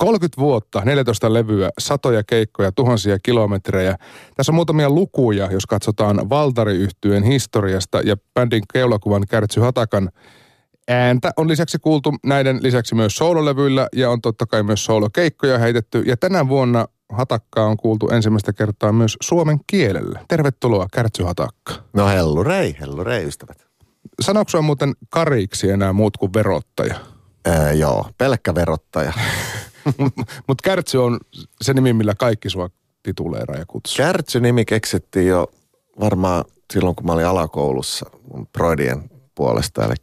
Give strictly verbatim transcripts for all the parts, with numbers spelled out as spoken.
kolmekymmentä vuotta, neljätoista levyä, satoja keikkoja, tuhansia kilometrejä. Tässä on muutamia lukuja, jos katsotaan Valtari-yhtyeen historiasta ja bändin keulakuvan Kärtsy Hatakan ääntä on lisäksi kuultu näiden lisäksi myös soololevyillä ja on totta kai myös soolokeikkoja heitetty. Ja tänä vuonna Hatakkaa on kuultu ensimmäistä kertaa myös suomen kielellä. Tervetuloa Kärtsy Hatakka. No hellurei, hellurei ystävät. Sanoiko sua muuten Kariksi enää muut kuin verottaja? Ää, joo, pelkkä verottaja. Mutta Kärtsy on se nimi, millä kaikki sua tituleeraa ja kutsuu. Kärtsy-nimi keksittiin jo varmaan silloin, kun mä olin alakoulussa mun broidien puolesta. Eli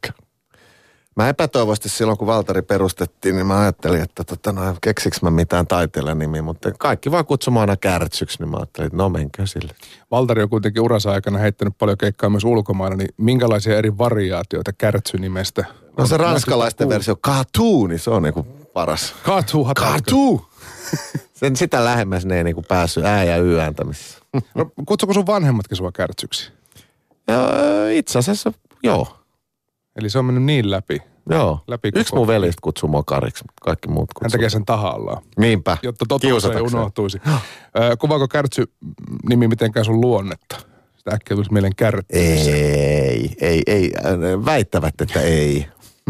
mä epätoivoisesti silloin, kun Valtari perustettiin, niin mä ajattelin, että tota, no, keksiks mä mitään taiteilijanimiä, mutta kaikki vaan kutsumaan aina Kärtsyksi, niin mä ajattelin, että no menkää sille. Valtari on kuitenkin uransa aikana heittänyt paljon keikkaa myös ulkomailla, niin minkälaisia eri variaatioita Kärtsy-nimestä? No se ranskalaisten versio, Katuu, niin se on niinku paras. Katuu, Katuu! Sen sitä lähemmäs ne ei niinku päässyt ää- ja y-ääntämisessä. No, kutsuko sun vanhemmatkin sua Kärtsyksi? Ja, itse asiassa joo. Eli se on mennyt niin läpi? Joo. Läpi Yksi mun veljistä kutsuu mua Kariksi, kaikki muut kutsuu. Hän tekee sen tahallaan. Niinpä. Jotta totuus ei unohtuisi. Kuvaako Kärtsy-nimi mitenkään sun luonnetta? Sitä äkkiä tulisi mieleen Kärtsy. Ei, ei, ei. Väittävät, että ei.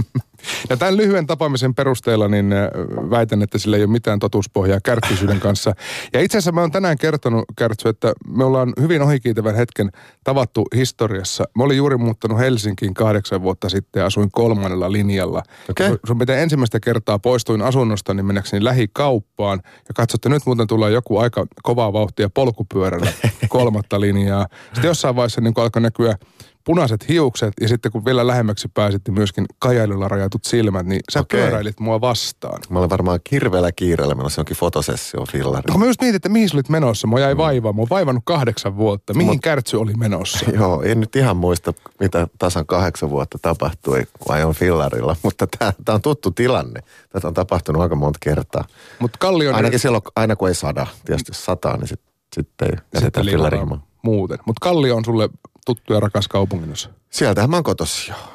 Ja tämän lyhyen tapaamisen perusteella niin väitän, että sillä ei ole mitään totuuspohjaa kärttyisyyden kanssa. Ja itse asiassa mä oon tänään kertonut, Kärtsy, että me ollaan hyvin ohikiitävän hetken tavattu historiassa. Mä olin juuri muuttanut Helsinkiin kahdeksan vuotta sitten ja asuin kolmannella linjalla. Okay. Sun pitää ensimmäistä kertaa poistuin asunnosta, niin mennäkseni lähikauppaan. Ja katsotte, nyt muuten tulee joku aika kovaa vauhtia polkupyörällä kolmatta linjaa. Sitten jossain vaiheessa niin alkoi näkyä punaiset hiukset ja sitten kun vielä lähemmäksi pääsit, niin myöskin kajailulla rajatut silmät, niin sä okay. pyöräilit mua vastaan. Mä olen varmaan kirveellä kiireellä menossa jonkin fotosessio fillari. No mä just mietin, että mihin sä olit menossa. Mä jäi vaivaa. Mä oon vaivannut kahdeksan vuotta. Mihin Mut, Kärtsy oli menossa? Joo, en nyt ihan muista, mitä tasan kahdeksan vuotta tapahtui, kun ajoin fillarilla. Mutta tää, tää on tuttu tilanne. Tätä on tapahtunut aika monta kertaa. Mut Kallion... Ainakin silloin, aina kun ei sada. Tietysti jos sataa, niin sitten sit ei jätetään fillariin. Muuten. Mutta Kallio on sulle tuttu ja rakas kaupunginossa. Sieltähän mä oon kotossa, joo.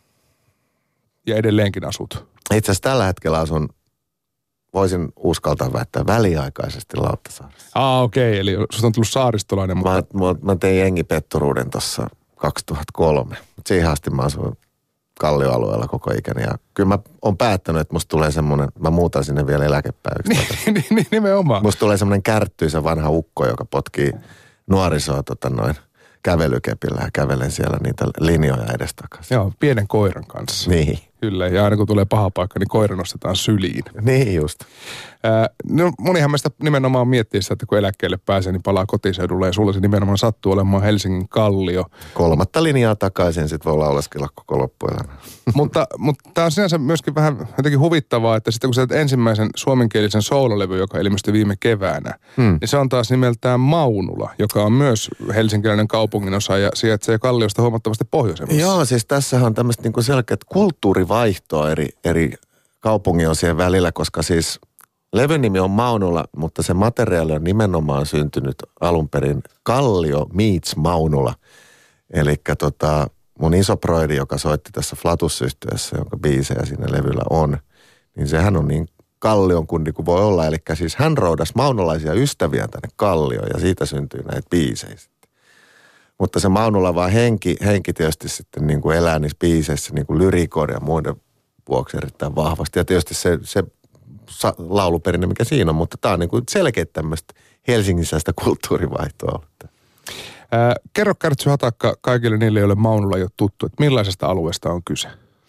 Ja edelleenkin asut. Itse asiassa tällä hetkellä asun, voisin uskaltaa väittää, väliaikaisesti Lauttasaaressa. Ah, okei. Okay. Eli susta on tullut saaristolainen. Mutta... Mä, mä, mä tein jengipetturuuden tuossa kaksituhattakolme. Siihen asti mä asuin Kallioalueella koko ikäni. Ja kyllä mä oon päättänyt, että musta tulee semmoinen, mä muutan sinne vielä eläkepäiviksi. niin, niin, nimenomaan. Musta tulee semmoinen kärttyisä vanha ukko, joka potkii nuorisoa tota noin kävelykepillä ja kävelen siellä niitä linjoja edestakaisin. Joo, pienen koiran kanssa. Niin. Kyllä, ja aina kun tulee paha paikka, niin koira nostetaan syliin. Niin just. Ää, no monihan meistä nimenomaan miettii sitä, että kun eläkkeelle pääsee, niin palaa kotiseudulle, ja sulla se nimenomaan sattuu olemaan Helsingin Kallio. Kolmatta linjaa takaisin, sit voi laulaskella koko loppuelämä. mutta mutta tämä on sinänsä myöskin vähän jotenkin huvittavaa, että sitten kun sä teet ensimmäisen suomenkielisen soololevy, joka ilmestyi viime keväänä, hmm. niin se on taas nimeltään Maunula, joka on myös helsinkiläinen kaupunginosa ja sijaitsee Kalliosta huomattavasti pohjoisemmassa. Joo, siis tässähän on tämmöistä niinku selkeät kulttuurivaihtoa eri, eri kaupunginosien välillä, koska siis levyn nimi on Maunula, mutta se materiaali on nimenomaan syntynyt alun perin Kallio meets Maunula. Elikkä tota, mun iso broidi, joka soitti tässä Flatus-yhtiössä, jonka biisejä siinä levyllä on, niin sehän on niin Kallion kundi kuin voi olla. Elikkä siis hän roudasi maunulaisia ystäviä tänne Kallioon ja siitä syntyy näitä biisejä. Mutta se Maunula vaan henki, henki tietysti sitten niin kuin elää niissä biiseissä niin kuin lyrikoiden ja muiden vuoksi erittäin vahvasti. Ja tietysti se, se lauluperinne, mikä siinä on, mutta tämä on niin kuin selkeä tämmöistä Helsingin sisäistä kulttuurivaihtoa. Ää, kerro Kärtsy Hatakka kaikille niille, joille Maunula ei ole tuttu, että millaisesta alueesta on kyse?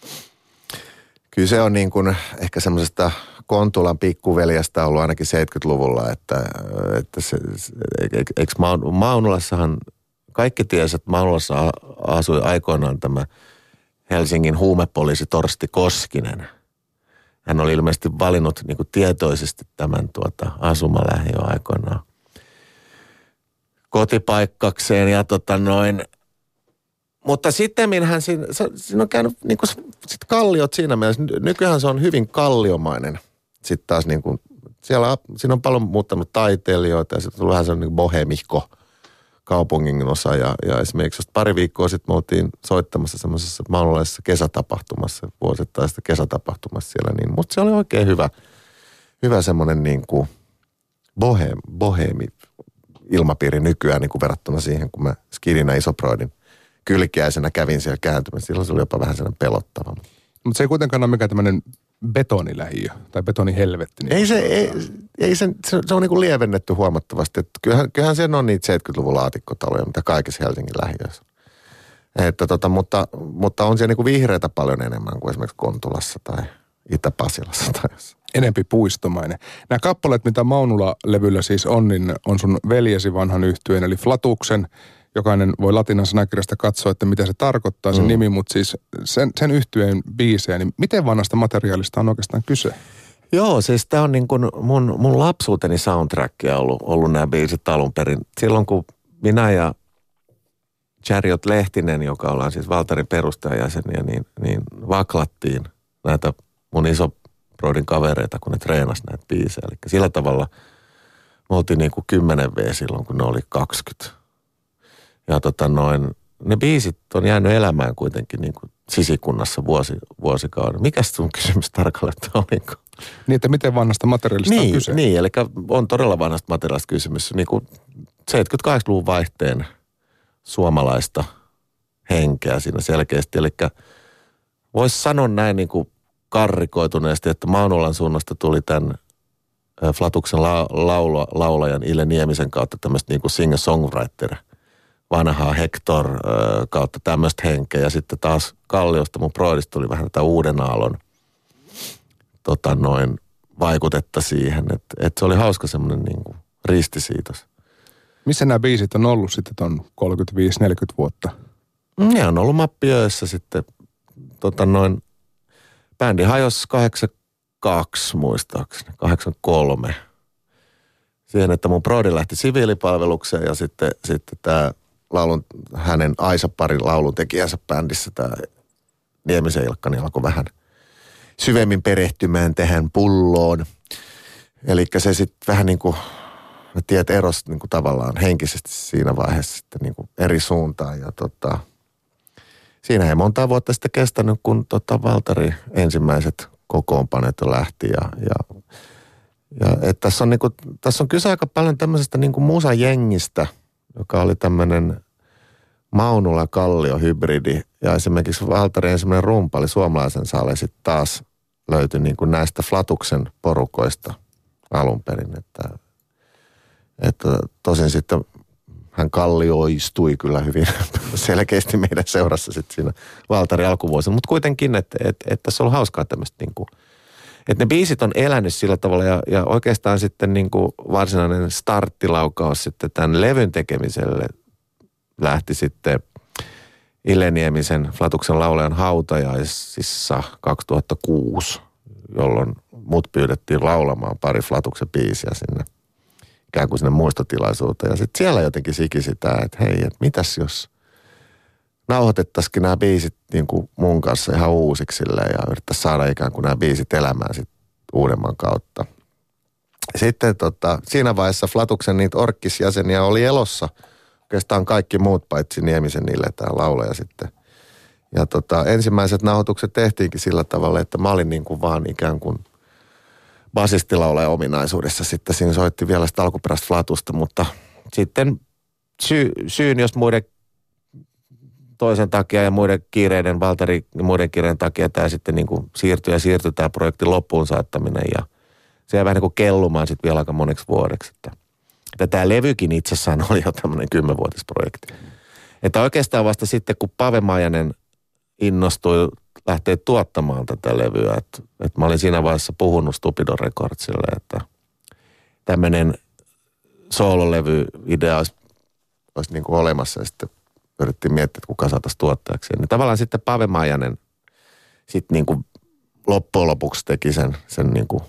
Kyse on niin kuin ehkä semmoisesta Kontulan pikkuveljestä ollut ainakin seitsemänkymmentäluvulla, että, että se, eikö Maunulassahan kaikki tiesi, että Maunulassa asui aikoinaan tämä Helsingin huumepoliisi Torsti Koskinen. Hän oli ilmeisesti valinnut niin kuin tietoisesti tämän tuota asumalähiön aikoinaan kotipaikkakseen ja tota noin. Mutta sitten hän siinä, siinä on käynyt niin kuin sit kalliot siinä mielessä. Nykyään se on hyvin kalliomainen. Sitten taas niin kuin, siellä siinä on paljon muuttanut taiteilijoita ja sitten on vähän sellainen niin bohemihko kaupungin osa. Ja, ja esimerkiksi pari viikkoa sitten me oltiin soittamassa semmoisessa maunulaisessa kesätapahtumassa, vuosittaisessa kesätapahtumassa siellä. Niin, mutta se oli oikein hyvä, hyvä semmoinen niin kuin bohem, bohemi ilmapiiri nykyään niin kuin verrattuna siihen, kun mä skidinä Isoproidin kylkiäisenä kävin siellä kääntymässä. Silloin se oli jopa vähän sellainen pelottava. Mutta se ei kuitenkaan ole mikään tämmöinen betonilähiö tai betonihelvetti. Niin ei se, ei, ei se, se, se on niin kuin lievennetty huomattavasti. Että kyllähän, kyllähän siellä on niitä seitsemänkymmentäluvun laatikkotaloja, mitä kaikissa Helsingin lähiöissä. Että tota, mutta, mutta on siellä niin kuin vihreitä paljon enemmän kuin esimerkiksi Kontulassa tai Itä-Pasilassa tai jossain. Enempi puistomainen. Nämä kappaleet, mitä Maunula-levyllä siis on, niin on sun veljesi vanhan yhtyeen, eli Flatuksen. Jokainen voi latinan sanakirjasta katsoa, että mitä se tarkoittaa sen mm. nimi, mutta siis sen, sen yhtyeen biisejä, niin miten vanhasta materiaalista on oikeastaan kyse? Joo, siis tämä on niin kuin mun, mun lapsuuteni soundtrackia ollut, ollut nämä biisit alun perin. Silloin kun minä ja Chariot Lehtinen, joka ollaan siis Valtarin perustajajäseniä, niin, niin vaklattiin näitä mun Isoproidin kavereita, kun ne treenasi näitä biisejä. Eli sillä tavalla me oltiin niin kuin kymmenen vuotta silloin, kun ne oli kaksikymmentä. Ja tota noin, ne biisit on jäänyt elämään kuitenkin niin kuin sisikunnassa vuosi, vuosikauden. Mikäs sun kysymys tarkalleen oliko? Niin, että miten vanhasta materiaalista niin, on kyse? Niin, eli on todella vanhasta materiaalista kysymys. Niin kuin seitsemänkymmentäkahdeksanluvun vaihteen suomalaista henkeä siinä selkeästi. Eli voisi sanoa näin niin kuin karrikoituneesti, että Maunulan suunnasta tuli tämän Flatuksen la- laula, laulajan Ile Niemisen kautta tämmöistä niin kuin singer-songwriter, vanhaa Hector kautta tämmöistä henkeä. Ja sitten taas Kalliosta mun Broidista tuli vähän tätä uuden aallon tota noin, vaikutetta siihen. Että et se oli hauska semmoinen niin kuin ristisiitos. Missä nämä biisit on ollut sitten ton kolmekymmentäviisi neljäkymmentä vuotta? Ne on ollut Mappiöissä sitten. Tota noin, bändi hajosi kahdeksankymmentäkaksi muistaakseni, kahdeksankymmentäkolme. Siihen, että mun broidi lähti siviilipalvelukseen ja sitten, sitten tämä laulun, hänen Aisa-parin lauluntekijänsä bändissä, tämä Niemisen Ilkka, niin alkoi vähän syvemmin perehtymään tähän pulloon. Eli se sitten vähän niin kuin, ne tiet erosi niin kuin tavallaan henkisesti siinä vaiheessa sitten niin kuin eri suuntaan. Ja tota, siinä ei monta vuotta sitten kestänyt, kun tota Valtari ensimmäiset kokoonpanet lähti ja, ja Ja, et tässä, on niinku, tässä on kyse aika paljon tämmöisestä niinku musajengistä, joka oli tämmöinen Maunula-Kallio-hybridi. Ja esimerkiksi Valtarin ensimmäinen rumpali suomalaisen saalle sitten taas löytyi niinku näistä Flatuksen porukoista alun perin. Että, että tosin sitten hän kallioistui kyllä hyvin selkeästi meidän seurassa sitten siinä Valtarin alkuvuosina. Mutta kuitenkin, että, että, että tässä on hauskaa tämmöistä niinku... Että ne biisit on elänyt sillä tavalla ja, ja oikeastaan sitten niin kuin varsinainen starttilaukaus sitten tämän levyn tekemiselle lähti sitten Ile Niemisen Flatuksen laulajan hautajaisissa kaksituhattakuusi, jolloin mut pyydettiin laulamaan pari Flatuksen biisiä sinne ikään kuin sinne muistotilaisuuteen. Ja sitten siellä jotenkin siki sitä, että hei, että mitäs jos nauhoitettaisikin nämä biisit niin kuin mun kanssa ihan uusiksi ja yrittäisiin saada ikään kuin nämä biisit elämään sitten uudemman kautta. Sitten tota, siinä vaiheessa Flatuksen niitä orkkisjäseniä oli elossa. Oikeastaan kaikki muut paitsi Niemisen niille tämä laulaja sitten. Ja tota, ensimmäiset nauhoitukset tehtiinkin sillä tavalla, että mä olin niin kuin vaan ikään kuin basistilaulajan ominaisuudessa. Sitten siinä soitti vielä sitä alkuperäistä Flatusta, mutta sitten sy- syyn, jos muiden toisen takia ja muiden kiireiden, Valtari ja muiden kiireiden takia tämä sitten niin kuin siirtyi ja siirtyi tämä projektin loppuun saattaminen ja se jäi vähän niin kuin kellumaan sitten vielä aika moneksi vuodeksi. Että, että tämä levykin itsessään oli jo tämmöinen kymmenvuotisprojekti. Että oikeastaan vasta sitten, kun Pave Maijanen innostui lähteä tuottamaan tätä levyä, että, että mä olin siinä vaiheessa puhunut Stupidon Recordsille, että tämmöinen soololevy-idea olisi, olisi niin kuin olemassa ja sitten yritettiin miettiä, että kuka saataisiin tuottajaksi. Niin tavallaan sitten Pave Maijanen sitten niin kuin loppujen lopuksi teki sen, sen niin kuin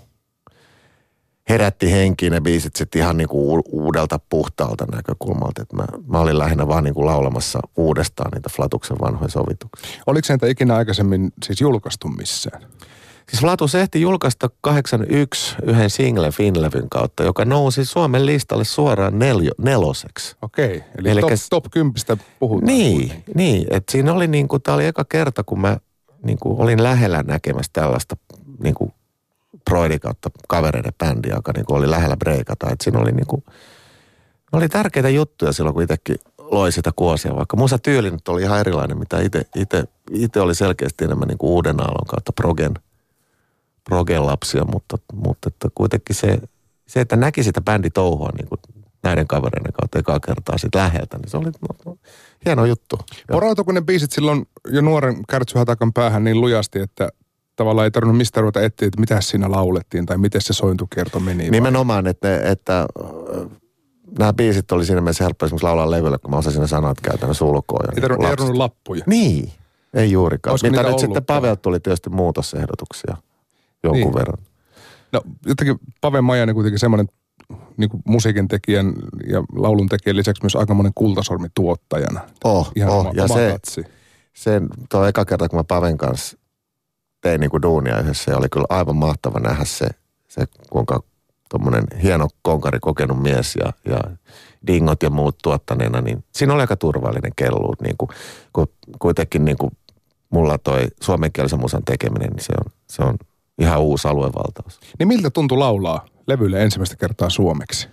herätti henkiin ne biisit sitten ihan niin kuin uudelta puhtaalta näkökulmalta. Että mä, mä olin lähinnä vaan niin kuin laulamassa uudestaan niitä Flatuksen vanhoja sovituksia. Oliko se niitä ikinä aikaisemmin siis julkaistu missään? Siis Flatus ehti julkaista kahdeksankymmentäyksi yhden singlen Finlevyn kautta, joka nousi Suomen listalle suoraan neljo, neloseksi. Okei, eli Elikkä, top, top kymmenestä puhutaan. Niin, niin että siinä oli niin kuin, tämä oli eka kerta, kun mä niin kuin olin lähellä näkemässä tällaista niin kuin Broidi kautta kavereiden bändi, joka niin kuin oli lähellä breikata. Että siinä oli niin kuin, oli tärkeitä juttuja silloin, kun itsekin loi sitä kuosia, vaikka musa tyyli nyt oli ihan erilainen, mitä itse, itse, itse oli selkeästi enemmän niin kuin uuden aallon kautta progen, progen lapsia, mutta, mutta että kuitenkin se, se, että näki sitä bänditouhua niin kuin näiden kavereiden kautta ekaa kertaa siitä läheltä, niin se oli no, hieno juttu. Porautuiko ne biisit silloin jo nuoren Kärtsy Hatakan päähän niin lujasti, että tavallaan ei tarvinnut mistään ruveta etsiä, että mitä siinä laulettiin tai miten se sointukierto meni? Nimenomaan, että, että nämä biisit oli siinä mielessä helppo esimerkiksi laulaa levyllä, kun mä osasin ne sanat käytännössä ulkoa. Ei tarvinnut lappuja. Niin, ei juurikaan. Olisiko mitä nyt ollutkaan? sitten Pavelta tuli tietysti muutosehdotuksia jonkun niin. verran. No jotenkin Pave Majanen kuitenkin semmoinen niin kuin musiikin tekijän ja laulun tekijän lisäksi myös aikamoinen kultasormi tuottajana. Oh, Ihan oh. oma, ja oma se, katsi. sen, tuo eka kerta, kun mä Paven kanssa tein niin kuin duunia yhdessä, ja oli kyllä aivan mahtava nähdä se, se kuinka tommonen hieno konkari kokenut mies ja, ja dingot ja muut tuottaneena, niin siinä oli aika turvallinen kellu, niin kuin, kun kuitenkin niin kuin mulla toi suomenkielisen musan tekeminen, niin se on, se on ihan uusi aluevaltaus. Niin miltä tuntui laulaa levylle ensimmäistä kertaa suomeksi?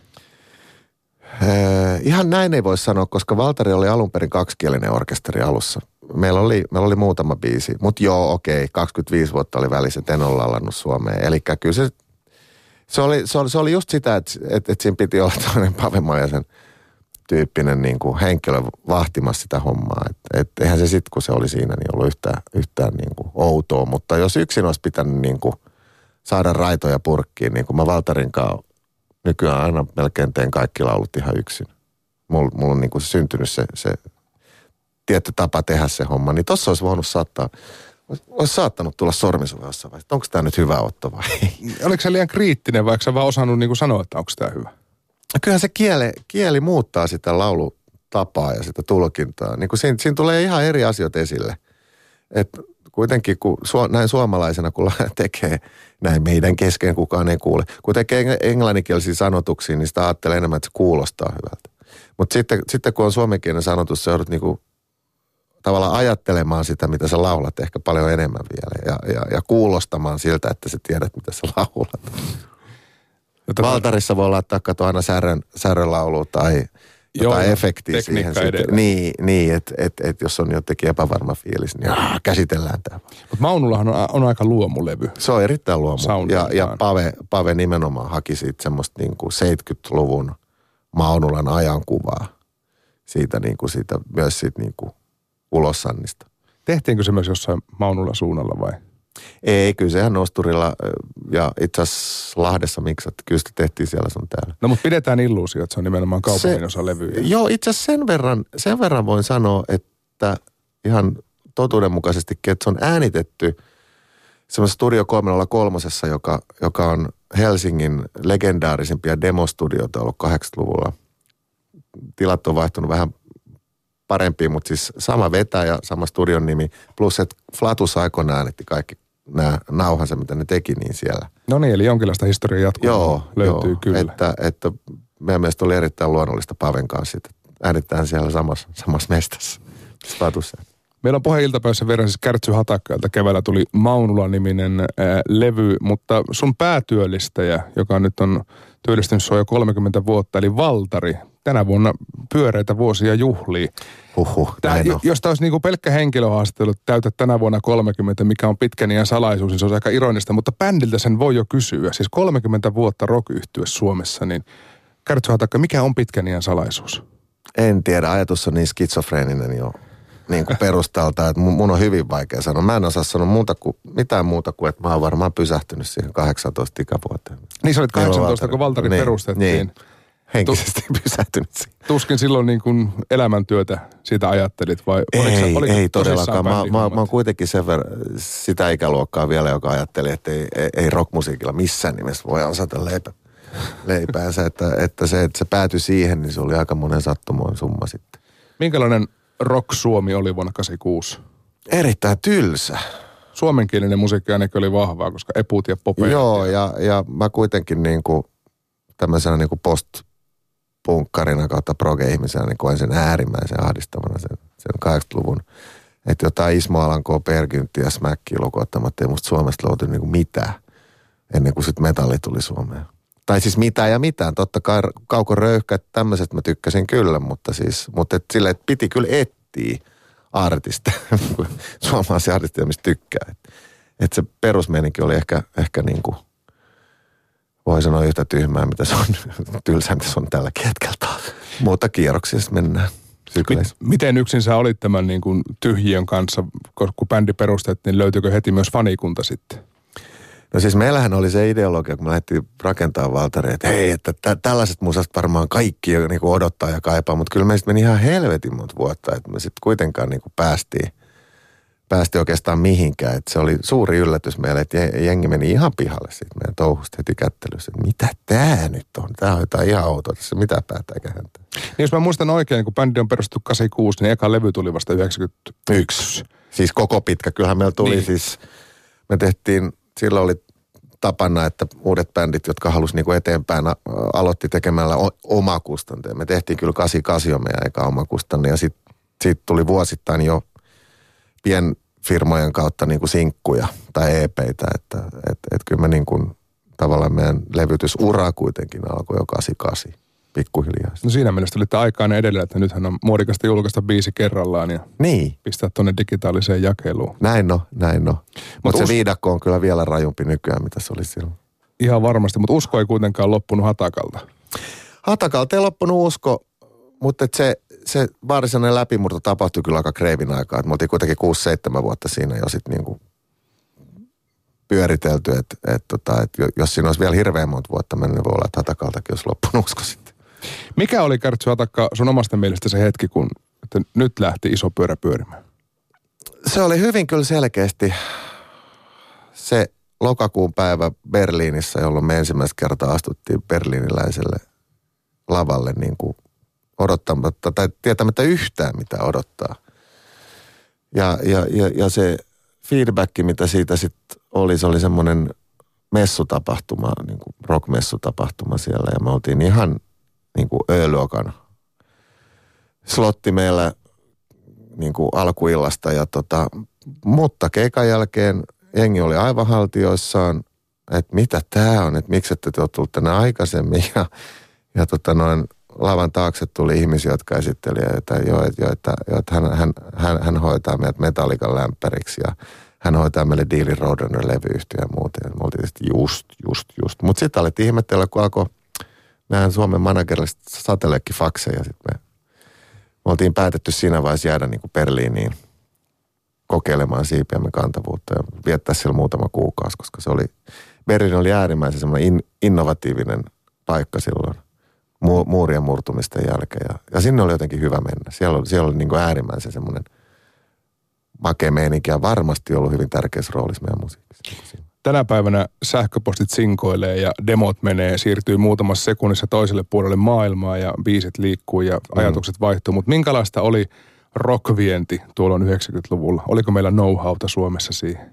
Ee, ihan näin ei voi sanoa, koska Valtari oli alun perin kaksikielinen orkesteri alussa. Meillä oli, meillä oli muutama biisi, mutta joo, okei, kaksikymmentäviisi vuotta oli välissä, et en ole laulannut Suomeen. Eli kyllä se, se, oli, se, oli, se oli just sitä, että, että, että siinä piti olla tämmöinen Pave Majasen tyyppinen niin kuin henkilö vahtimassa sitä hommaa. Että et, eihän se sitten, kun se oli siinä, niin ollut yhtään, yhtään niin kuin outoa. Mutta jos yksin olisi pitänyt niin kuin saada raitoja purkkiin, niin kuin mä Valtarin kanssa nykyään aina melkein teen kaikki laulut ihan yksin. Mulla, mulla on niin kuin syntynyt se, se tietty tapa tehdä se homma, niin tossa olisi voinut saattaa, olisi saattanut tulla sormisuva jossain vaiheessa. Onko tämä nyt hyvä otto vai ei? Oliko se liian kriittinen, vaikka sä vaan osannut niin kuin sanoa, että onko tämä hyvä? Kyllähän se kieli, kieli muuttaa sitä laulutapaa ja sitä tulkintaa. Niin kuin siinä, siinä tulee ihan eri asioita esille. Että kuitenkin kun su, näin suomalaisena, kun tekee näin meidän kesken kukaan ei kuule. Kun tekee englanninkielisiä sanotuksia, niin sitä ajattelee enemmän, että se kuulostaa hyvältä. Mutta sitten, sitten kun on suomenkielinen sanotus, se joudut niinku tavallaan ajattelemaan sitä, mitä sä laulat ehkä paljon enemmän vielä. Ja, ja, ja kuulostamaan siltä, että sä tiedät, mitä sä laulat. Valtarissa voi laittaa kato aina särön, särönlaulu tai jotain efektiä siihen sitten. Niin, niin että et, et jos on jotenkin epävarma fiilis, niin aah, käsitellään tämä. Mutta Maunullahan on, on aika luomulevy. Se on erittäin luomu. Ja, ja Pave, Pave nimenomaan haki siitä semmoista niin kuin seitsemänkymmentäluvun Maunulan ajankuvaa. Siitä, niin kuin siitä myös siitä niin kuin ulossannista. Tehtiinkö se myös jossain Maunulla suunnalla vai? Ei, kyllä sehän Nosturilla ja itse asiassa Lahdessa miksat. Kyllä sitä tehtiin siellä sun täällä. No mutta pidetään illuusio, että se on nimenomaan kaupungin se, osa levyjä. Joo, itse asiassa sen verran, sen verran voin sanoa, että ihan totuudenmukaisesti, että se on äänitetty semmoisessa Studio kolmesataakolme, joka, joka on Helsingin legendaarisimpia demostudioita ollut kahdeksankymmentäluvulla. Tilat on vaihtunut vähän parempiin, mutta siis sama vetäjä, sama studion nimi, plus että Flatus aikoinaan äänetti kaikki nämä nauhansa, mitä ne teki niin siellä. No niin, eli jonkinlaista historian jatkumaa löytyy joo, kyllä. Että, että meidän mielestä oli erittäin luonnollista Paven kanssa, että äänetään siellä samassa, samassa mestassa, Flatussa. Meillä on Pohja-iltapäivässä verran siis Kärtsy Hatakkalta. Keväällä tuli Maunula-niminen ää, levy, mutta sun päätyöllistäjä, joka nyt on työllistynyt sua jo kolmekymmentä vuotta, eli Valtari, tänä vuonna pyöreitä vuosia juhlii. Huhhuh, Tää, jos tämä olisi niinku pelkkä henkilöhaastattelu, täytä tänä vuonna kolmekymmentä, mikä on pitkän iän salaisuus, niin se on aika ironista, mutta bändiltä sen voi jo kysyä. Siis kolmekymmentä vuotta rock-yhtye Suomessa, niin Kärtsy Hatakka, mikä on pitkän iän salaisuus? En tiedä, ajatus on niin skitsofreeninen jo niin kuin perustalta, että mun on hyvin vaikea sanoa. Mä en osaa sanoa muuta kuin, mitään muuta kuin, että mä oon varmaan pysähtynyt siihen kahdeksantoista ikävuoteen. Niin sä olit kahdeksantoista, kun Valtari niin, perustettiin. Niin. Henkisesti tu- pysähtynyt siihen. Tuskin silloin niin kuin elämäntyötä siitä ajattelit vai? Ei, oliko, oliko ei todellakaan. Mä, mä, mä oon kuitenkin sen verran sitä ikäluokkaa vielä, joka ajatteli, että ei, ei, ei rockmusiikilla missään nimessä voi osata leipä, leipäänsä. Että, että se, että se päätyi siihen, niin se oli aika monen sattumoin summa sitten. Minkälainen Rock Suomi oli vuonna kahdeksankymmentäkuusi? Erittäin tylsä. Suomenkielinen musiikki ainakin oli vahvaa, koska eput ja popet. Joo, ja, ja mä kuitenkin niin kuin tämmöisenä niin kuin post-punkkarina kautta proge-ihmisenä niin koen sen äärimmäisen ahdistavana sen, sen kahdeksankymmentäluvun. Että jotain Ismo Alankoa, Pergynttiä, Smäkkiä lukuottamatta ei musta Suomesta löytynyt niin kuin mitään. ennen kuin sitten metalli tuli Suomeen. Tai siis mitään ja mitään. Totta kai Kauko Röyhkä, tämmöiset mä tykkäsin kyllä, mutta siis, mutta et sille, että piti kyllä etsiä artisteja, suomalaisia artisteja, mistä tykkää. Että et se perusmeininki oli ehkä, ehkä niin kuin, voi sanoa yhtä tyhmää, mitä se on, tylsää, mitä se on tälläkin hetkellä taas. Mutta kierroksissa mennään. Mit, miten yksin sä olit tämän niin kuin tyhjiön kanssa, kun bändi perustettiin, niin löytyykö heti myös fanikunta sitten? No siis meillähän oli se ideologia, kun me lähdettiin rakentamaan Valtaria, että hei, että tä- tällaiset musasta varmaan kaikki niin kuin odottaa ja kaipaa, mutta kyllä me sitten meni ihan helvetin monta vuotta, että me sitten kuitenkaan niin kuin päästiin, päästiin oikeastaan mihinkään. Että se oli suuri yllätys meille, että jengi meni ihan pihalle siitä meidän touhusta heti kättelyssä, että mitä tää nyt on? Tää on jotain ihan outoa, tässä mitä päätääkö häntä. Niin jos mä muistan oikein, kun bändi on perustettu kahdeksankymmentäkuusi, niin eka levy tuli vasta yhdeksänkymmentäyksi. Siis koko pitkä. Kyllähän meillä tuli niin. Siis, me tehtiin, silloin oli tapana, että uudet bändit, jotka halusi niinku eteenpäin, aloitti tekemällä omakustanteen. Me tehtiin kyllä kahdeksankymmentäkahdeksan jo meidän eka omakustanne ja sitten siitä tuli vuosittain jo pienfirmojen kautta niinku sinkkuja tai E P:itä, että et, et kyllä me niinku, tavallaan meidän levytysura kuitenkin alkoi jo kahdeksankymmentäkahdeksan pikkuhiljaa. No siinä mielessä olitte aikainen edellä, että nythän on muodikasta julkaista biisi kerrallaan ja niin. Pistää tuonne digitaaliseen jakeluun. Näin no, näin no. Mutta Mut se us... viidakko on kyllä vielä rajumpi nykyään, mitä se oli silloin. Ihan varmasti, mutta usko ei kuitenkaan loppunut Hatakalta. Hatakalta ei loppunut usko, mutta se, se varsinainen läpimurto tapahtui kyllä aika kreivin aikaa. Me oltiin kuitenkin kuusi seitsemän vuotta siinä jo sitten niinku pyöritelty, että et tota, et jos siinä olisi vielä hirveän monta vuotta mennyt, niin voi olla, että Hatakaltakin olisi loppunut usko sitten. Mikä oli, Kärtsy Hatakka, sun omasta mielestä se hetki, kun että nyt lähti iso pyörä pyörimään? Se oli hyvin kyllä selkeästi se lokakuun päivä Berliinissä, jolloin me ensimmäistä kertaa astuttiin berliiniläiselle lavalle niin kuin odottamatta tai tietämättä yhtään mitä odottaa. Ja, ja, ja, ja se feedback, mitä siitä sitten oli, se oli semmoinen messutapahtuma, niin kuin rock-messutapahtuma siellä ja me oltiin ihan niin kuin Ö-luokan slotti meillä niin kuin alkuillasta ja tota, mutta keikan jälkeen jengi oli aivan haltioissaan, että mitä tää on, että miksi ette te ole tullut tänne aikaisemmin ja, ja tota noin lavan taakse tuli ihmisiä, jotka esitteli, että joo, että, jo, että, jo, että hän, hän, hän, hän hoitaa meidät Metallican lämpäriksi ja hän hoitaa meille Dealin Roadrunner-levyyhtiö ja muuta. Ja me oltiin tietysti just, just, just. Mutta sitten alettiin ihmetellä, kun alkoi nähdään Suomen managerista sateleekki fakseja. Sitten me, me oltiin päätetty siinä vaiheessa jäädä niin kuin Berliiniin kokeilemaan siipiämme kantavuutta ja viettää siellä muutama kuukausi, koska se oli, Berliini oli äärimmäisen semmoinen in, innovatiivinen paikka silloin mu, muurien murtumisten jälkeen. Ja, ja sinne oli jotenkin hyvä mennä. Siellä oli, siellä oli niin kuin äärimmäisen semmoinen makea meininki ja varmasti ollut hyvin tärkeässä roolissa meidän musiikissa. Tänä päivänä sähköpostit sinkoilee ja demot menee, siirtyy muutamassa sekunnissa toiselle puolelle maailmaa ja biisit liikkuu ja mm. ajatukset vaihtuu. Mutta minkälaista oli rockvienti tuolloin yhdeksänkymmentäluvulla? Oliko meillä know-howta Suomessa siihen?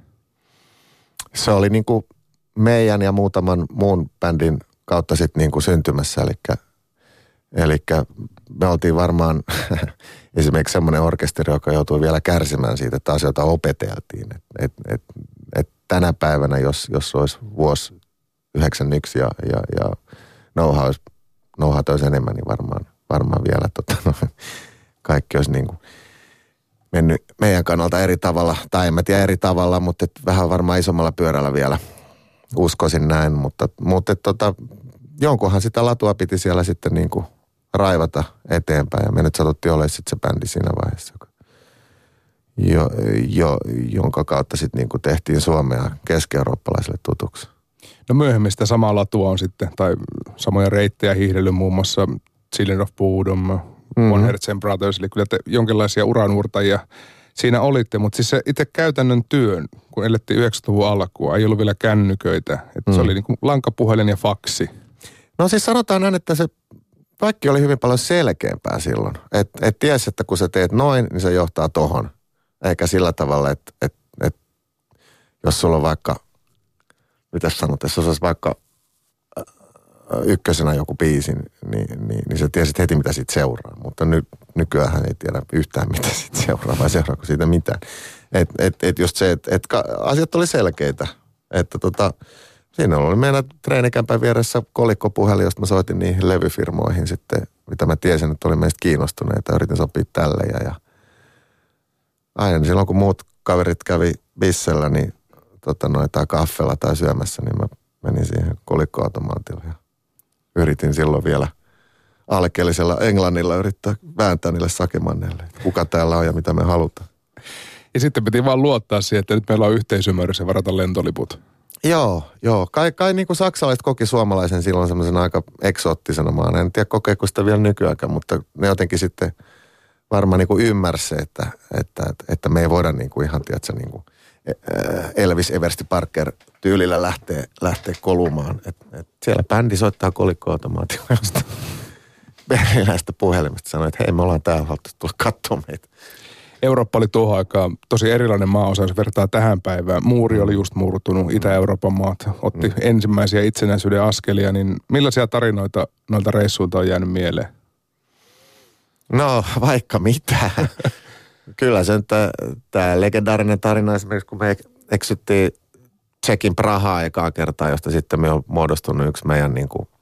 Se oli niin kuin meidän ja muutaman muun bändin kautta sitten niin kuin syntymässä. Eli me oltiin varmaan esimerkiksi semmoinen orkesteri, joka joutui vielä kärsimään siitä, että asioita opeteltiin. Et, et, et, et tänä päivänä, jos, jos olisi vuosi yhdeksänkymmentäyksi ja, ja, ja know-how olisi, know-how olisi enemmän, niin varmaan, varmaan vielä tota, no, kaikki olisi niin kuin mennyt meidän kannalta eri tavalla, tai en mä tiedä eri tavalla, mutta et vähän varmaan isommalla pyörällä vielä uskoisin näin, mutta, mutta et, tota, jonkunhan sitä latua piti siellä sitten niin kuin raivata eteenpäin ja me nyt satuttiin olemaan sitten se bändi siinä vaiheessa, jo, jo, jonka kautta sitten niin kuin tehtiin Suomea keski-eurooppalaisille tutuksi. No myöhemmin sitä samaa latua on sitten, tai samoja reittejä hiihdellyt muun muassa Children of Bodom, mm-hmm. One Herzen Brothers, eli kyllä te jonkinlaisia uranuurtajia siinä olitte, mutta siis se itse käytännön työn, kun elettiin yhdeksänkymmentäluvun alkua, ei ollut vielä kännyköitä, että mm-hmm. se oli niin kuin lankapuhelin ja faksi. No siis sanotaan näin, että se kaikki oli hyvin paljon selkeämpää silloin. Että et tiesi, että kun sä teet noin, niin se johtaa tohon. Eikä sillä tavalla, että et, et, jos sulla on vaikka, mitäs sanot, jos olisi vaikka ykkösenä joku biisi, niin, niin, niin sä tiesit heti, mitä siitä seuraa. Mutta ny, nykyään hän ei tiedä yhtään, mitä siitä seuraa, vai seuraako siitä mitään. Että et, et just se, että et asiat oli selkeitä. Että tota, Siinä oli meidän treenikämpän vieressä kolikkopuhelin, josta mä soitin niihin levyfirmoihin sitten, mitä mä tiesin, että oli meistä kiinnostuneita. Yritin sopia tälle ja, ja aina silloin, kun muut kaverit kävi bissellä, niin tota noin, tai kaffella tai syömässä, niin mä menin siihen kolikkoautomaatille ja yritin silloin vielä alkeellisella englannilla yrittää vääntää niille sakemanneille, kuka täällä on ja mitä me halutaan. Ja sitten piti vaan luottaa siihen, että nyt meillä on yhteisymmärrys ja varata lentoliput. Joo, joo. Kai, kai niin kuin saksalaiset koki suomalaisen silloin semmoisen aika eksoottisena maana. En tiedä kokeeko sitä vielä nykyäänkään, mutta ne jotenkin sitten varmaan niin kuin ymmärsi, että, että, että me ei voida niin kuin ihan, tiedätkö, niin kuin Elvis Eversti Parker tyylillä lähteä, lähteä kolumaan. Et, et siellä bändi soittaa kolikkoautomaatilla jostain berliinäistä puhelimesta. Sanoi, että hei, me ollaan täällä, haluatte tulla katsomaan meitä. Eurooppa oli tuohon aikaan tosi erilainen maanosa, jos vertaa tähän päivään. Muuri oli just murtunut, Itä-Euroopan maat otti mm. ensimmäisiä itsenäisyyden askelia, niin millaisia tarinoita noilta reissuilta on jäänyt mieleen? No, vaikka mitä. Kyllä se tämä legendaarinen tarina esimerkiksi, kun me eksyttiin Tsekin Prahaa ekaa kertaa, josta sitten me on muodostunut yksi meidän niin kuin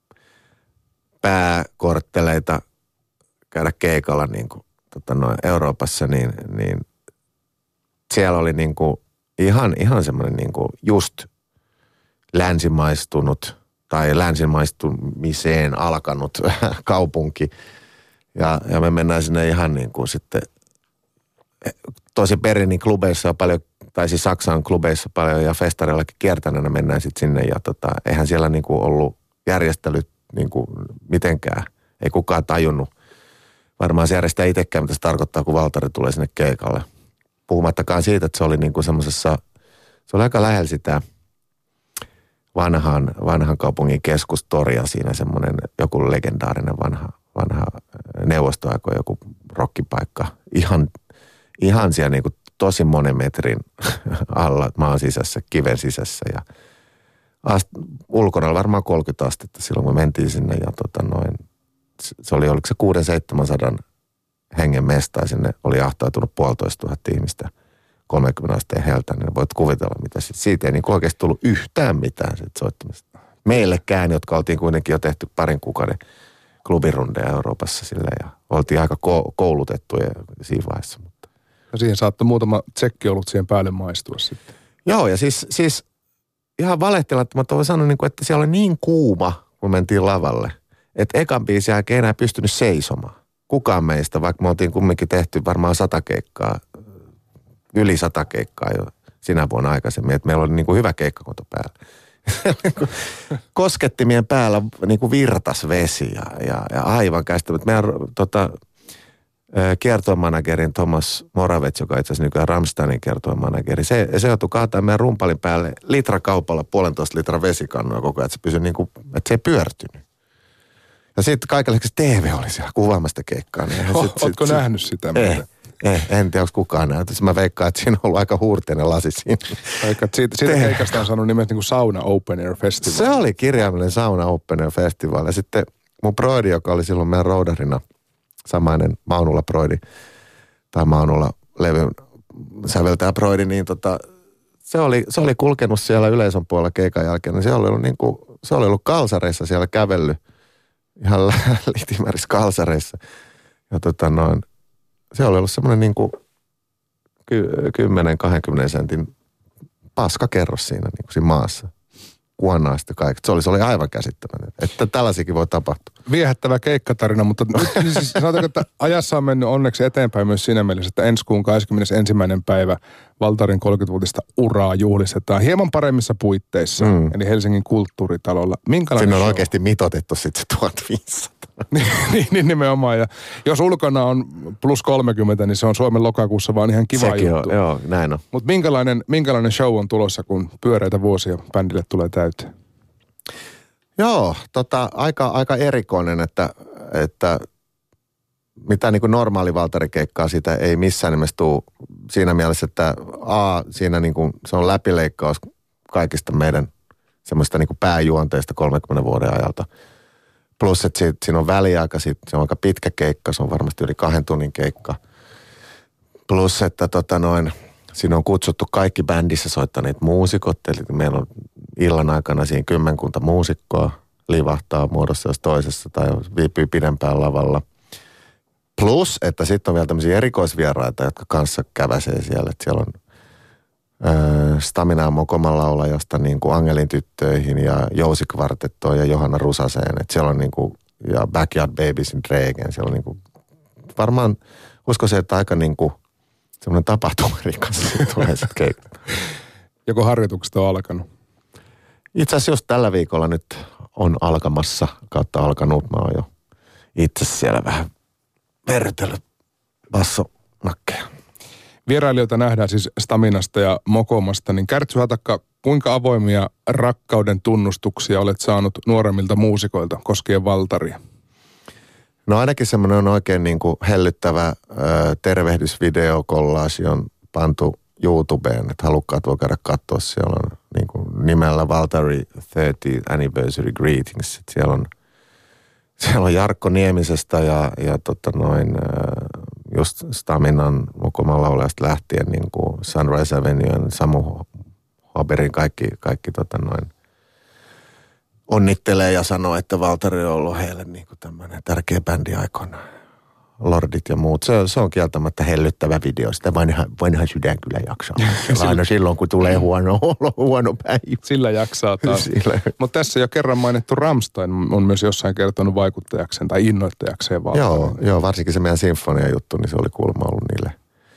pääkortteleita käydä keikalla niin kuin Tota noin, Euroopassa, niin, niin siellä oli niinku ihan, ihan semmoinen niinku just länsimaistunut tai länsimaistumiseen alkanut kaupunki. Ja, ja me mennään sinne ihan niin kuin sitten, tosi Berliinin klubeissa on paljon, tai siis Saksan klubeissa paljon ja festareillakin kiertäneenä mennään sitten sinne. Ja tota, eihän siellä niinku ollut järjestelyt niinku mitenkään, ei kukaan tajunnut. Varmaan se järjestää itsekään, mitä se tarkoittaa, kun Valtari tulee sinne keikalle. Puhumattakaan siitä, että se oli niinku semmoisessa, se oli aika lähellä sitä vanhan, vanhan kaupungin keskustoria siinä semmoinen joku legendaarinen vanha, vanha neuvostoaikojen joku rokkipaikka. Ihan, ihan siellä niinku tosi monen metrin alla maan sisässä, kiven sisässä ja ast, ulkona oli varmaan kolmekymmentä astetta silloin, kun mentiin sinne ja tota noin. Se oli, oliko se kuusi seitsemänsataa hengen mesta ja sinne oli ahtautunut puolitoista tuhatta ihmistä kolmekymmentä asteen heltä, niin voit kuvitella, mitä sit. Siitä ei niin oikeasti tullut yhtään mitään siitä soittamista. Meillekään, jotka oltiin kuitenkin jo tehty parin kuukauden klubirundeja Euroopassa sille ja oltiin aika ko- koulutettuja siinä vaiheessa. Mutta. Ja siihen saattoi muutama tsekki ollut siihen päälle maistua sitten. Joo, ja siis, siis ihan valehtelematta mä sanoin, että siellä oli niin kuuma, kun mentiin lavalle. Että ekan biisin jälkeen ei enää pystynyt seisomaan. Kukaan meistä, vaikka me oltiin kumminkin tehty varmaan sata keikkaa, yli sata keikkaa jo sinä vuonna aikaisemmin. Että meillä oli niin kuin hyvä keikkakonto päällä. Koskettimien päällä niin kuin virtas vesi ja, ja, ja aivan käsittämättä. Meidän tota, kiertoimanagerin Thomas Moravets, joka itse asiassa nykyään Rammsteinin kiertoimanageri, se, se joutui kaataa meidän rumpalin päälle litrakaupalla puolentoista litran vesikannua koko ajan, että se pysyi niin kuin, että se ei pyörtynyt. Ja sitten kaikille T V oli siellä kuvaamasta keikkaa. Niin oh, sit, ootko sit, nähnyt sitä? Ei, ei, en tiedä, onko kukaan nähnyt. Mä veikkaan, että siinä on ollut aika huurteinen lasi siinä. Vaikka siitä, siitä keikasta on saanut nimet niin kuin Sauna Open Air Festival. Se oli kirjaimellinen Sauna Open Air Festival. Ja sitten mun broidi, joka oli silloin meidän roudarina, samainen Maunulla broidi, tai Maunulla levyn säveltäjä broidi, niin tota, se oli, se oli kulkenut siellä yleisön puolella keikan jälkeen. Niin se oli ollut, niin kuin, se oli ollut kalsareissa siellä kävellyt. Ihan litimärissä kalsareissa. Ja tota noin, se oli ollut semmoinen niin kuin kymmenen kaksikymmentä sentin paskakerros siinä, niin kuin siinä maassa. Kuonnaa sitten kaikki. Se oli, se oli aivan käsittämätöntä. Että tällaisikin voi tapahtua. Viehättävä keikkatarina, mutta nyt siis sanotaanko, että ajassa on mennyt onneksi eteenpäin myös siinä mielessä, että ensi kuun kahdeskymmenesensimmäinen päivä Valtarin kolmekymmenvuotista uraa juhlistetaan hieman paremmissa puitteissa, mm. eli Helsingin kulttuuritalolla. Minkälainen Siinä on show? Oikeasti mitoitettu sitten se tuhatviisisataa. niin, niin nimenomaan. Ja jos ulkona on plus kolmekymmentä, niin se on Suomen lokakuussa vaan ihan kiva Sekin juttu. On, joo, näin on. Mutta minkälainen, minkälainen show on tulossa, kun pyöreitä vuosia bändille tulee täyteen? Joo, tota, aika, aika erikoinen, että, että mitä niin kuin normaali valtarikeikkaa siitä ei missään nimessä tule siinä mielessä, että A, siinä niin kuin, se on läpileikkaus kaikista meidän semmoista niin kuin pääjuonteista kolmenkymmenen vuoden ajalta. Plus, että siitä, siinä on väliaika, se on aika pitkä keikka, se on varmasti yli kahden tunnin keikka. Plus, että tota noin, siinä on kutsuttu kaikki bändissä soittaneet muusikot, eli meillä on illan aikana siinä kymmenkunta muusikkoa livahtaa muodossa jos toisessa tai viipyy pidempään lavalla. Plus, että sitten on vielä tämmöisiä erikoisvieraita, jotka kanssa käväsee siellä. Että siellä on äh, Staminaa Mokoman laulajasta niin kuin Angelin tyttöihin ja Jousi Kvartettoon ja Johanna Rusaseen. Että siellä on niin kuin, ja Backyard Babiesin Dregen. Siellä on niin kuin, varmaan, uskoisin, että aika niin kuin semmoinen tapahtumarikas tulee sitten keikka. Joko harjoitukset on alkanut? Itse asiassa just tällä viikolla nyt on alkamassa, kautta alkanut. Mä oon jo itse siellä vähän vertellyt bassonakkeja. Vierailijoita nähdään siis Staminasta ja Mokomasta, niin Kärtsy Hatakka, kuinka avoimia rakkauden tunnustuksia olet saanut nuoremmilta muusikoilta koskien Valtaria? No ainakin semmoinen on oikein niin kuin hellyttävä ö, tervehdysvideo collage on pantu YouTubeen, että halukkaat voi käydä katsoa. Siellä on niin kuin nimellä Valtari thirtieth Anniversary Greetings. Että siellä on Siellä on Jarkko Niemisestä ja, ja tota noin, just Staminan Mokoman laulajasta lähtien niin kuin Sunrise Avenuen, Samu Haberin kaikki, kaikki tota noin, onnittelee ja sanoo, että Valtari on ollut heille niin kuin tämmöinen tärkeä bändi aikoinaan. Lordit ja muut. Se, se on kieltämättä hellyttävä video. Sitä vanha, vanha sydän kyllä jaksaa. Aina silloin, kun tulee huono olo, huono päivä. Sillä jaksaa taas. Mutta tässä jo kerran mainittu Rammstein on myös jossain kertonut vaikuttajakseen tai innoittajakseen Valtariin. Joo, joo, varsinkin se meidän sinfonia-juttu, niin se oli kuulemma ollut niille.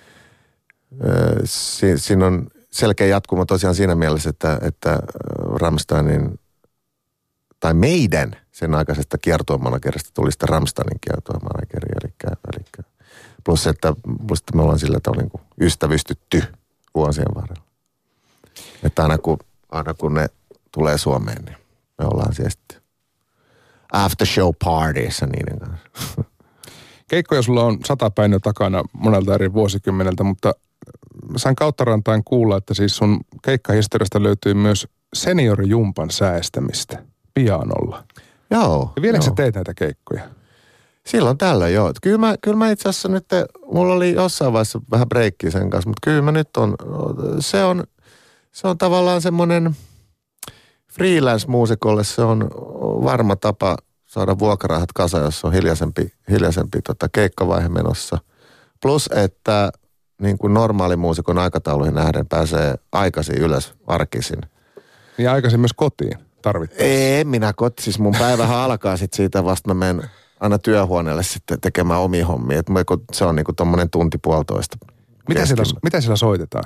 Si, siinä on selkeä jatkuma tosiaan siinä mielessä, että, että Rammsteinin tai meidän sen aikaisesta kiertuemanagerista tuli sitä Rammsteinin kiertuemanageri, eli, eli plus, että, plus että me ollaan sillä tavalla niin kuin ystävystytty vuosien varrella. Että aina kun, aina kun ne tulee Suomeen, niin me ollaan siellä sitten after show partyissa niiden kanssa. Keikkoja sulla on satapäin jo takana monelta eri vuosikymmeneltä, mutta sain kauttarantain kuulla, että siis sun keikkahistoriasta löytyy myös seniorijumpan säästämistä pianolla. Joo. Ja vieläkö joo. sä teet näitä keikkoja? Silloin tällä joo. Kyllä mä, kyllä mä itse asiassa nyt, mulla oli jossain vaiheessa vähän breikkiä sen kanssa, mutta kyllä mä nyt on, se on, se on tavallaan semmoinen freelance-muusikolle, se on varma tapa saada vuokrarahat kasa, jos on hiljaisempi, hiljaisempi tota keikkavaihe menossa. Plus, että niin kuin normaali muusikon aikatauluihin nähden pääsee aikaisin ylös arkisin. Ja aikaisin myös kotiin tarvittaessa. Ei, minä koti. Siis mun päivähän alkaa sitten siitä vasta, mä menen aina työhuoneelle sitten tekemään omia hommia. Et se on niinku tommonen tunti puolitoista. Mitä siellä, mitä siellä soitetaan?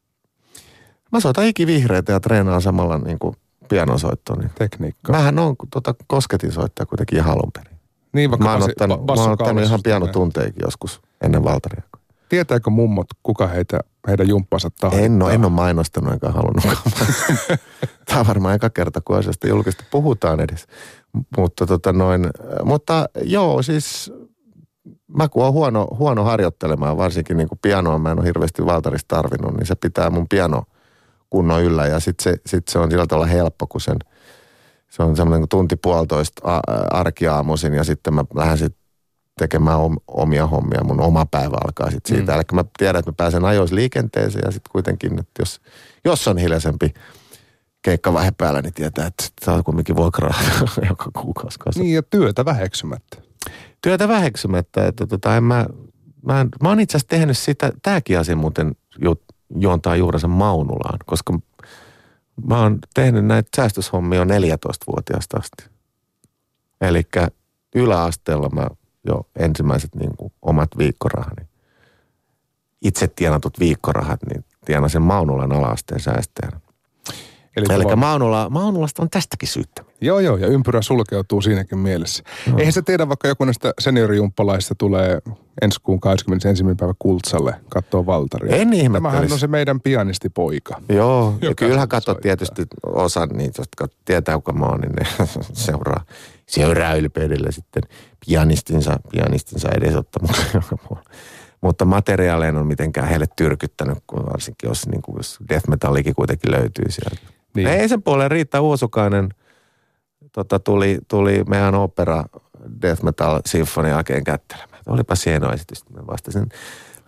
Mä soitan ikivihreitä ja treenaan samalla niinku pianosoittoa. Niin. Tekniikkaa. Mähän on tota, kosketin soittaa kuitenkin ihan alun perin. Niin, vaikka mä oon ottanut, ba- mä oon ottanut ihan pianotunteikin joskus ennen Valtaria. Tietääkö mummot, kuka heitä, heidän jumppansa tahdittaa? En ole, en ole mainostanut enkä halunnutkaan. Tämä on varmaan eka kerta, kun asiasta julkisesti puhutaan edes. Mutta, tota noin, mutta joo, siis mä kun oon huono, huono harjoittelemaan, varsinkin niin kuin pianoa mä en ole hirveästi Valtarista tarvinnut, niin se pitää mun piano kunnon yllä. Ja sitten se, sit se on sillä tavalla helppo, kun sen, se on semmoinen tunti puolitoista arkiaamuisin ja sitten mä lähden sitten tekemään omia hommia. Mun oma päivä alkaa sitten siitä. Mm. Eli mä tiedän, että mä pääsen ajoissa liikenteeseen ja sitten kuitenkin, että jos, jos on hiljaisempi keikkavaihe päällä, niin tietää, että saa kumminkin vuokraa joka kuukausi kanssa. Niin ja työtä väheksymättä. Työtä väheksymättä, että tota, en mä, mä, en, mä oon itse asiassa tehnyt sitä, tääkin asia muuten ju, juontaa juurensa Maunulaan, koska mä oon tehnyt näitä säästöshommia jo neljätoistavuotiaasta asti. Elikkä yläasteella mä jo ensimmäiset niin kuin omat viikkorahani, itse tienatut viikkorahat, niin tienasin Maunulan ala-asteen säästäjänä. Eli, Eli tuo... Maunula, Maunulasta on tästäkin syyttäminen. Joo, joo, ja ympyrä sulkeutuu siinäkin mielessä. No. Eihän se tiedä, vaikka joku näistä seniorijumppalaista tulee ensi kuun kahdeskymmenesensimmäinen päivä Kultsalle katsoa Valtaria. En ihmettelisi. Tämähän on se meidän pianistipoika. Joo, ja kyllähän katsot tietysti osa niitä, jotka tietää, kuka mä oon, niin ne seuraa, seuraa ylpeydellä sitten pianistinsa, pianistinsa edesottamuksen joka puolella. Mutta materiaaleja on mitenkään heille tyrkyttänyt, kun varsinkin jos, niin kuin, jos death metallikin kuitenkin löytyy sieltä. Niin. Ei sen puoleen Riitta Uosukainen tota, tuli, tuli meidän opera death metal sinfonia oikein kättelemään. Olipa hieno esitys. Mä vastasin,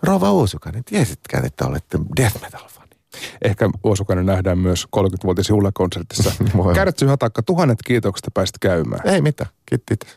Rova Uosukainen, tiesitkään, että olette death metal-fani? Ehkä Uosukainen nähdään myös kolmekymmentävuotis juhlakonsertissa. Kärtsy Hatakka, tuhannet kiitokset, pääsit käymään. Ei mitään, kiitos.